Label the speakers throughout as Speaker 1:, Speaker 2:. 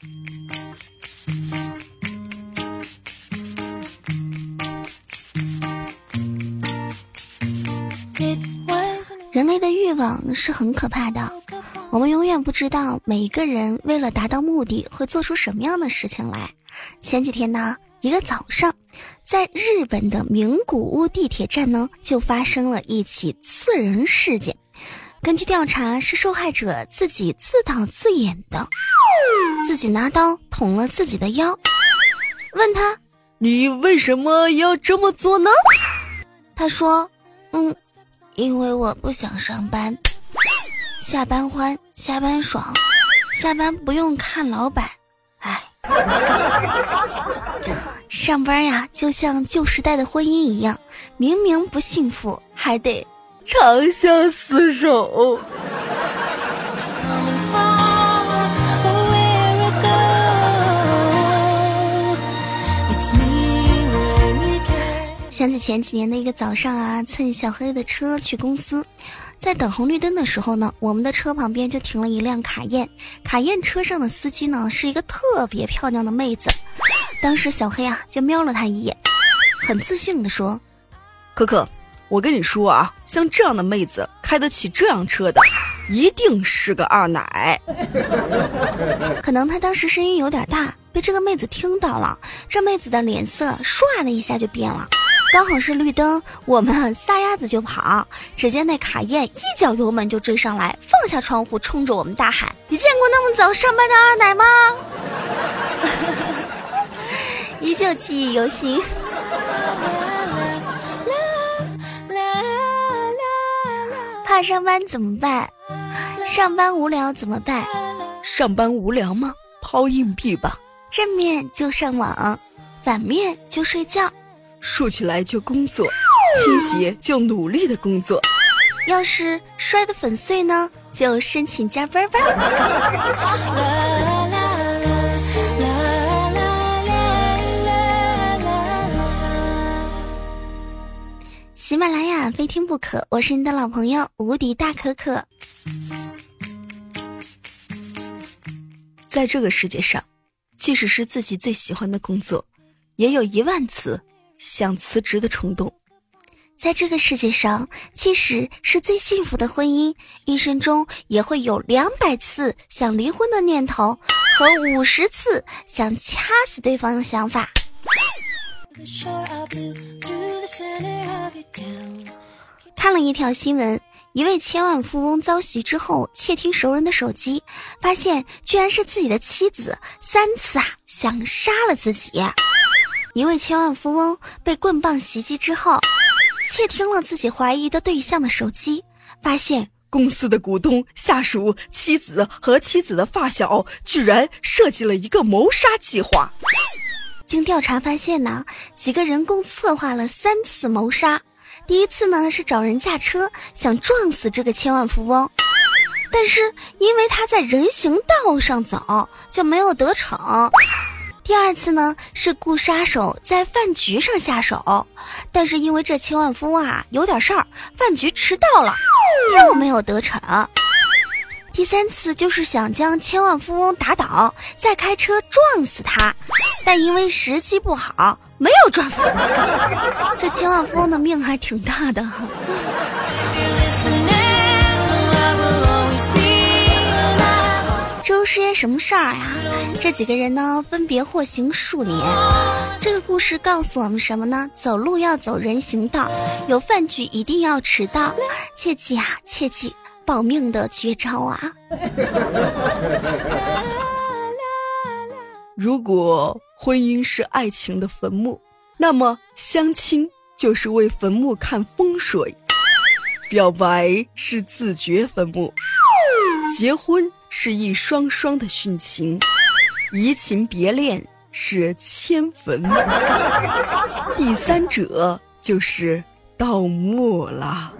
Speaker 1: 人类的欲望是很可怕的，我们永远不知道每一个人为了达到目的会做出什么样的事情来。前几天呢，一个早上，在日本的名古屋地铁站呢，就发生了一起刺人事件。根据调查，是受害者自己自导自演的，自己拿刀捅了自己的腰。问他，
Speaker 2: 你为什么要这么做呢？
Speaker 1: 他说，因为我不想上班，下班欢，下班爽，下班不用看老板。上班呀，就像旧时代的婚姻一样，明明不幸福，还得
Speaker 2: 长相厮守。
Speaker 1: 想起前几年的一个早上啊，蹭小黑的车去公司，在等红绿灯的时候呢，我们的车旁边就停了一辆卡宴。卡宴车上的司机呢，是一个特别漂亮的妹子。当时小黑啊，就瞄了她一眼，很自信地说：
Speaker 2: 可可，我跟你说啊，像这样的妹子开得起这辆车的，一定是个二奶。
Speaker 1: 可能他当时声音有点大，被这个妹子听到了，这妹子的脸色唰的一下就变了。刚好是绿灯，我们撒丫子就跑，只见那卡宴一脚油门就追上来，放下窗户冲着我们大喊：你见过那么早上班的二奶吗？依旧记忆犹新。怕上班怎么办？上班无聊怎么办？
Speaker 2: 上班无聊吗？抛硬币吧。
Speaker 1: 正面就上网，反面就睡觉。
Speaker 2: 竖起来就工作，倾斜就努力的工作。
Speaker 1: 要是摔得粉碎呢，就申请加班吧。喜马拉雅非听不可，我是你的老朋友无敌大可可。
Speaker 2: 在这个世界上，即使是自己最喜欢的工作，也有10000次想辞职的冲动。
Speaker 1: 在这个世界上，即使是最幸福的婚姻，一生中也会有200次想离婚的念头和50次想掐死对方的想法。看了一条新闻，一位千万富翁遭袭之后窃听熟人的手机，发现居然是自己的妻子3次想杀了自己。一位千万富翁被棍棒袭击之后，窃听了自己怀疑的对象的手机，发现
Speaker 2: 公司的股东、下属、妻子和妻子的发小居然设计了一个谋杀计划。
Speaker 1: 经调查发现呢，几个人共策划了3次谋杀。第一次呢，是找人驾车想撞死这个千万富翁，但是因为他在人行道上走，就没有得逞。第二次呢，是雇杀手在饭局上下手，但是因为这千万富翁有点事儿，饭局迟到了，又没有得逞。第3次就是想将千万富翁打倒，再开车撞死他，但因为时机不好，没有撞死。这千万富翁的命还挺大的。这是些什么事儿呀？这几个人呢，分别获刑数年。这个故事告诉我们什么呢？走路要走人行道，有饭局一定要迟到，切记切记，保命的绝招啊！
Speaker 2: 如果婚姻是爱情的坟墓，那么相亲就是为坟墓看风水，表白是自掘坟墓，结婚是一双双的殉情，移情别恋是迁坟，第3者就是盗墓了。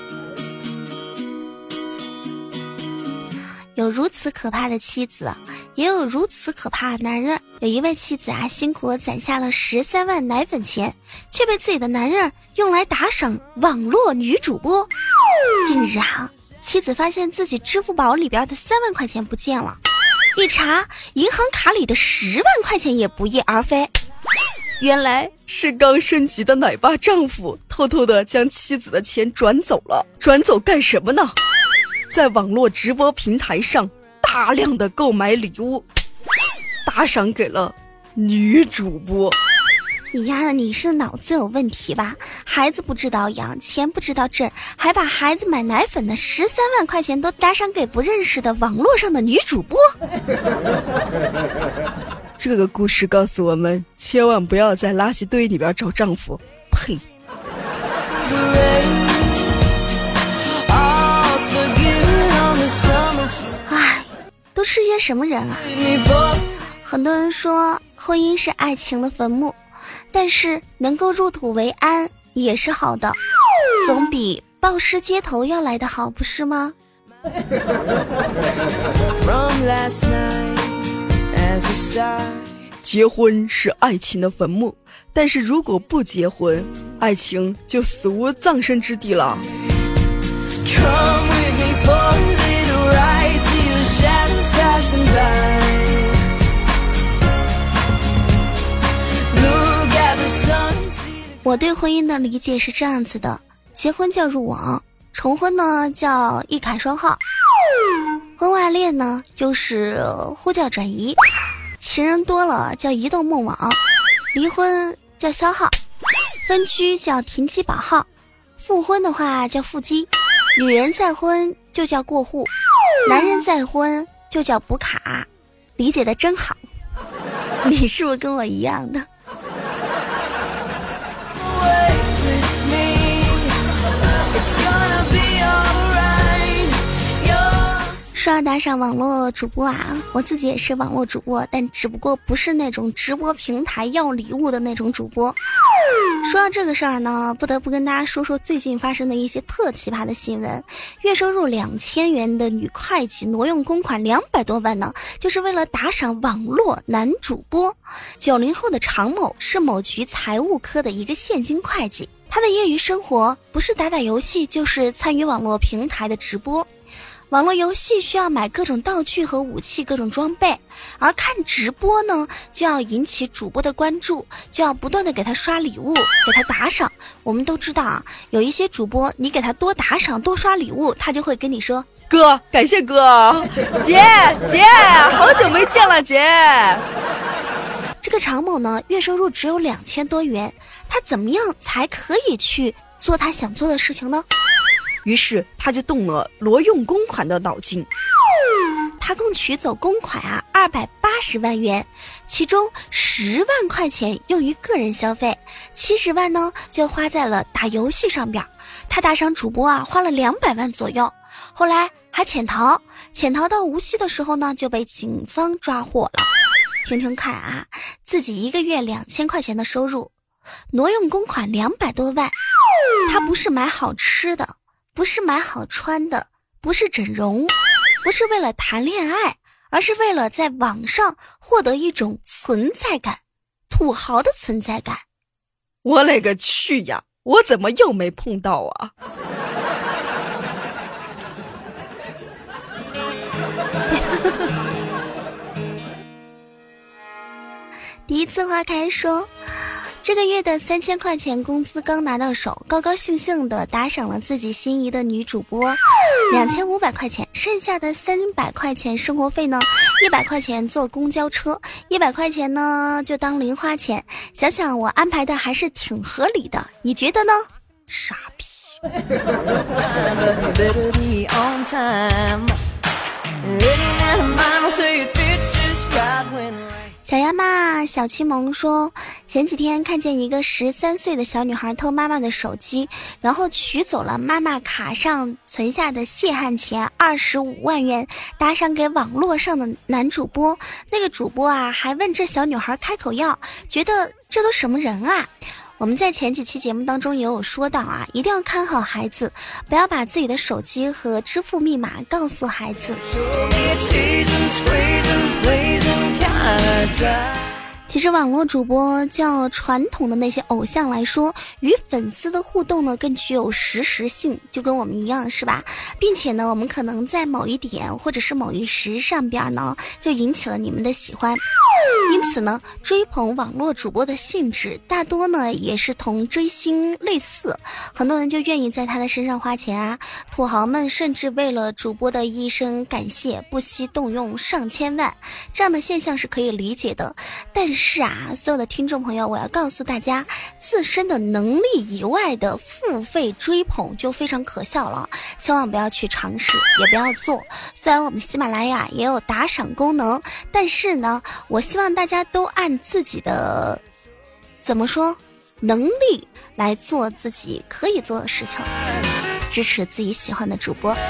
Speaker 1: 有如此可怕的妻子， 也有如此可怕的男人。有一位妻子啊，辛苦攒下了13万奶粉钱，却被自己的男人用来打赏网络女主播。近日啊，妻子发现自己支付宝里边的3万块钱不见了，一查银行卡里的10万块钱也不翼而飞。
Speaker 2: 原来是刚升级的奶爸丈夫偷偷的将妻子的钱转走了。转走干什么呢？在网络直播平台上大量的购买礼物，打赏给了女主播。
Speaker 1: 你丫的，你是脑子有问题吧？孩子不知道养，钱不知道挣，还把孩子买奶粉的13万块钱都打赏给不认识的网络上的女主播。
Speaker 2: 这个故事告诉我们，千万不要在垃圾堆里边找丈夫。呸！
Speaker 1: 唉，都是些什么人啊？很多人说婚姻是爱情的坟墓，但是能够入土为安也是好的，总比暴尸街头要来的好，不是吗？
Speaker 2: 结婚是爱情的坟墓，但是如果不结婚，爱情就死无葬身之地了。
Speaker 1: 我对婚姻的理解是这样子的，结婚叫入网，重婚呢叫一卡双号，婚外恋呢就是呼叫转移，情人多了叫移动梦网，离婚叫消耗，分居叫停机保号，复婚的话叫复机，女人再婚就叫过户，男人再婚就叫补卡。理解的真好，你是不是跟我一样的？说要打赏网络主播啊，我自己也是网络主播，但只不过不是那种直播平台要礼物的那种主播。说到这个事儿呢，不得不跟大家说说最近发生的一些特奇葩的新闻。月收入2000元的女会计挪用公款200多万呢，就是为了打赏网络男主播。90后的常某是某局财务科的一个现金会计，他的业余生活不是打打游戏，就是参与网络平台的直播。网络游戏需要买各种道具和武器，各种装备，而看直播呢，就要引起主播的关注，就要不断的给他刷礼物，给他打赏。我们都知道啊，有一些主播，你给他多打赏、多刷礼物，他就会跟你说：“
Speaker 2: 哥，感谢哥，姐，好久没见了，姐。”
Speaker 1: 这个常某呢，月收入只有2000多元，他怎么样才可以去做他想做的事情呢？
Speaker 2: 于是他就动了挪用公款的脑筋，
Speaker 1: 他共取走公款280万元，其中10万块钱用于个人消费，70万呢就花在了打游戏上边。他打赏主播花了200万左右，后来还潜逃到无锡的时候呢就被警方抓获了。听听看啊，自己一个月2000块钱的收入，挪用公款200多万，他不是买好吃的，不是买好穿的，不是整容，不是为了谈恋爱，而是为了在网上获得一种存在感，土豪的存在感。
Speaker 2: 我勒个去呀，我怎么又没碰到啊？
Speaker 1: 第一次花开说，这个月的3000块钱工资刚拿到手，高高兴兴的打赏了自己心仪的女主播2500块钱，剩下的300块钱生活费呢，100块钱坐公交车，100块钱呢就当零花钱。想想我安排的还是挺合理的，你觉得呢？傻逼。小鸭妈小七萌说，前几天看见一个13岁的小女孩偷妈妈的手机，然后取走了妈妈卡上存下的血汗钱25万元，打赏给网络上的男主播。那个主播还问这小女孩开口要，觉得这都什么人啊？ 我们在前几期节目当中也有说到啊，一定要看好孩子，不要把自己的手机和支付密码告诉孩子。其实网络主播较传统的那些偶像来说，与粉丝的互动呢更具有实时性，就跟我们一样是吧？并且呢，我们可能在某一点或者是某一时上边呢，就引起了你们的喜欢。因此呢，追捧网络主播的性质大多呢也是同追星类似，很多人就愿意在他的身上花钱啊，土豪们甚至为了主播的一声感谢不惜动用上千万，这样的现象是可以理解的。但是啊，所有的听众朋友，我要告诉大家，自身的能力以外的付费追捧就非常可笑了，千万不要去尝试，也不要做。虽然我们喜马拉雅也有打赏功能，但是呢，我希望大家都按自己的能力来做自己可以做的事情，支持自己喜欢的主播。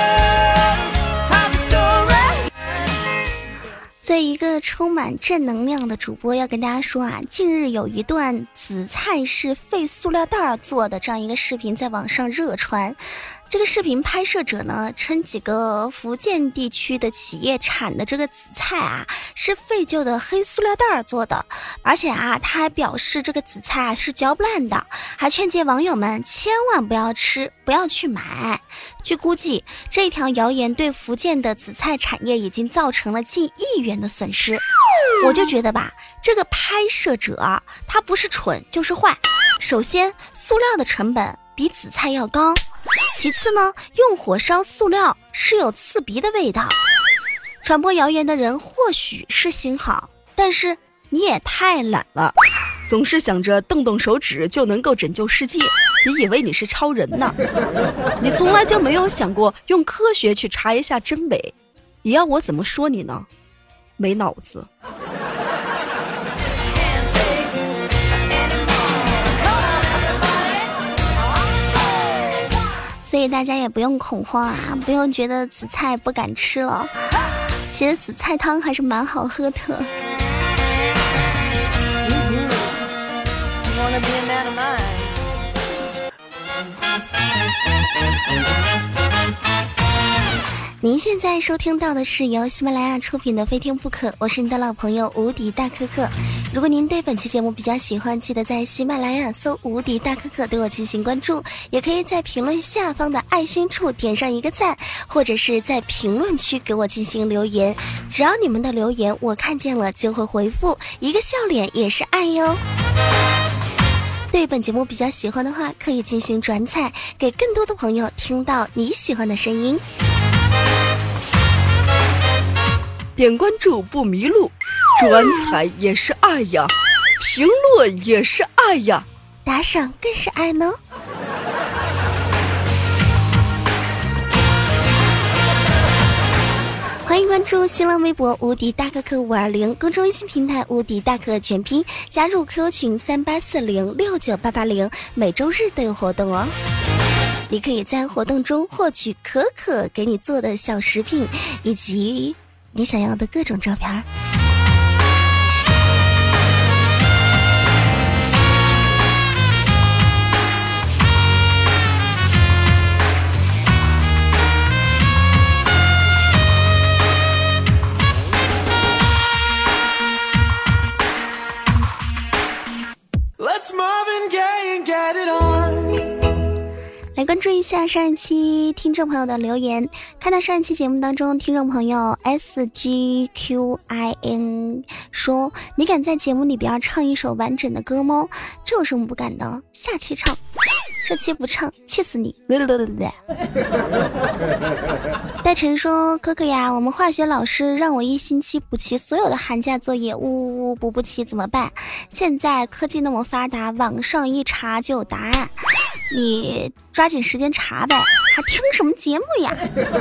Speaker 1: 作为一个充满正能量的主播，要跟大家说啊，近日有一段紫菜是废塑料袋做的这样一个视频在网上热传。这个视频拍摄者呢称几个福建地区的企业产的这个紫菜啊是废旧的黑塑料袋做的，而且啊他还表示这个紫菜啊是嚼不烂的，还劝诫网友们千万不要吃，不要去买。据估计，这条谣言对福建的紫菜产业已经造成了近1亿元的损失。我就觉得吧，这个拍摄者啊，他不是蠢就是坏。首先，塑料的成本比紫菜要高。其次呢，用火烧塑料是有刺鼻的味道。传播谣言的人或许是心好，但是你也太懒了，
Speaker 2: 总是想着动动手指就能够拯救世界，你以为你是超人呢？你从来就没有想过用科学去查一下真伪，你要我怎么说你呢？没脑子。
Speaker 1: 所以大家也不用恐慌啊，不用觉得紫菜不敢吃了，其实紫菜汤还是蛮好喝的。您现在收听到的是由喜马拉雅出品的非听不可，我是你的老朋友无敌大可可。如果您对本期节目比较喜欢，记得在喜马拉雅搜无敌大可可对我进行关注，也可以在评论下方的爱心处点上一个赞，或者是在评论区给我进行留言，只要你们的留言我看见了就会回复，一个笑脸也是爱哟。对本节目比较喜欢的话，可以进行转载给更多的朋友听到你喜欢的声音。
Speaker 2: 点关注不迷路，转采也是爱呀，评论也是爱呀，
Speaker 1: 打赏更是爱呢。欢迎关注新浪微博无敌大可可520，公众微信平台无敌大可全拼，加入 QQ 群3840698880，每周日都有活动哦。你可以在活动中获取可可给你做的小食品，以及你想要的各种照片。来关注一下上一期听众朋友的留言，看到上一期节目当中听众朋友 SGQIN 说，你敢在节目里边唱一首完整的歌吗？这有什么不敢的，下期唱，这期不唱气死你。戴晨说，可可呀，我们化学老师让我1星期补齐所有的寒假作业，补不齐怎么办？现在科技那么发达，网上一查就有答案，你抓紧时间查呗，还听什么节目呀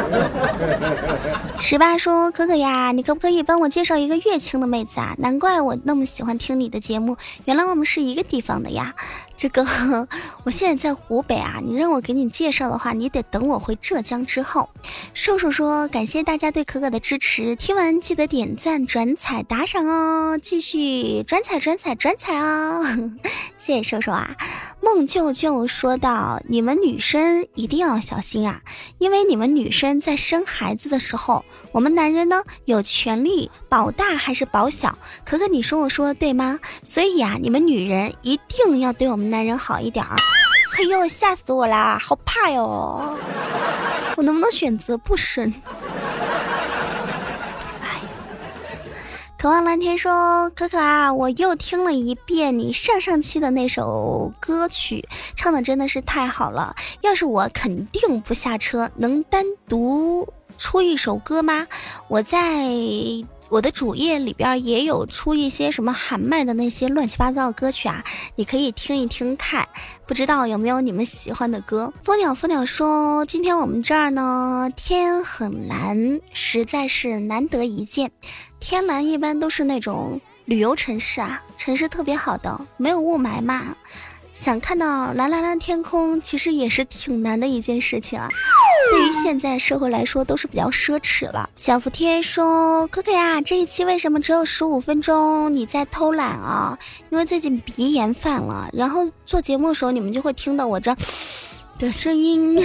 Speaker 1: ？18说可可呀，你可不可以帮我介绍一个乐清的妹子啊？难怪我那么喜欢听你的节目，原来我们是一个地方的呀。这个我现在在湖北啊，你让我给你介绍的话，你得等我回浙江之后。瘦瘦说感谢大家对可可的支持，听完记得点赞转采打赏哦，继续转采哦谢谢瘦瘦啊。梦舅舅说到你们女生一定要小心啊，因为你们女生在生孩子的时候，我们男人呢有权利保大还是保小，可可你说我说的对吗？所以啊，你们女人一定要对我们男人好一点儿。嘿呦，吓死我啦，好怕哟！我能不能选择不生？哎，渴望蓝天说，可可啊，我又听了一遍你上期的那首歌曲，唱的真的是太好了。要是我肯定不下车，能单独出一首歌吗？我在我的主页里边也有出一些什么喊麦的那些乱七八糟的歌曲啊，你可以听一听看，不知道有没有你们喜欢的歌。蜂鸟说，今天我们这儿呢天很蓝，实在是难得一见。天蓝一般都是那种旅游城市啊，城市特别好的，没有雾霾嘛，想看到蓝蓝蓝天空其实也是挺难的一件事情啊，对于现在社会来说都是比较奢侈了。小福贴说，可可呀，这一期为什么只有15分钟？你在偷懒啊？因为最近鼻炎犯了，然后做节目的时候你们就会听到我这的声音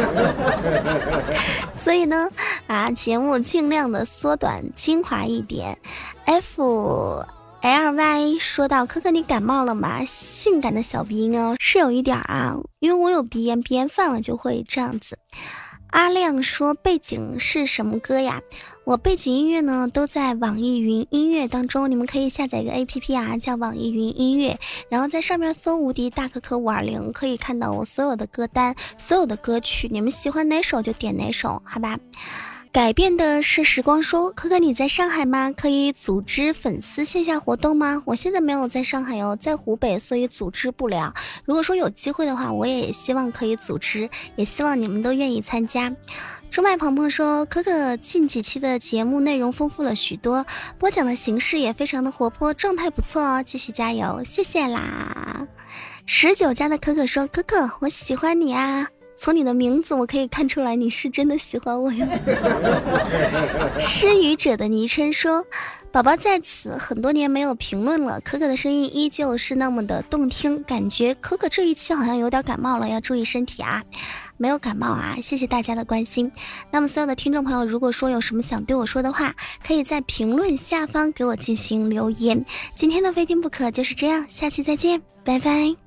Speaker 1: 所以呢节目尽量的缩短精华一点。FLY 说到，可可你感冒了吗？性感的小鼻音哦，是有一点啊，因为我有鼻炎犯了就会这样子。阿亮说，背景是什么歌呀？我背景音乐呢都在网易云音乐当中，你们可以下载一个 APP 啊，叫网易云音乐，然后在上面搜无敌大可可520，可以看到我所有的歌单，所有的歌曲，你们喜欢哪首就点哪首，好吧？改变的是时光说，可可你在上海吗？可以组织粉丝线下活动吗？我现在没有在上海哦，在湖北，所以组织不了。如果说有机会的话，我也希望可以组织，也希望你们都愿意参加。中麦鹏鹏说，可可近几期的节目内容丰富了许多，播讲的形式也非常的活泼，状态不错哦，继续加油，谢谢啦。19家的可可说，可可我喜欢你啊，从你的名字我可以看出来你是真的喜欢我呀。失语者的昵称说，宝宝在此很多年没有评论了，可可的声音依旧是那么的动听，感觉可可这一期好像有点感冒了，要注意身体啊。没有感冒啊，谢谢大家的关心。那么所有的听众朋友，如果说有什么想对我说的话，可以在评论下方给我进行留言。今天的非听不可就是这样，下期再见，拜拜。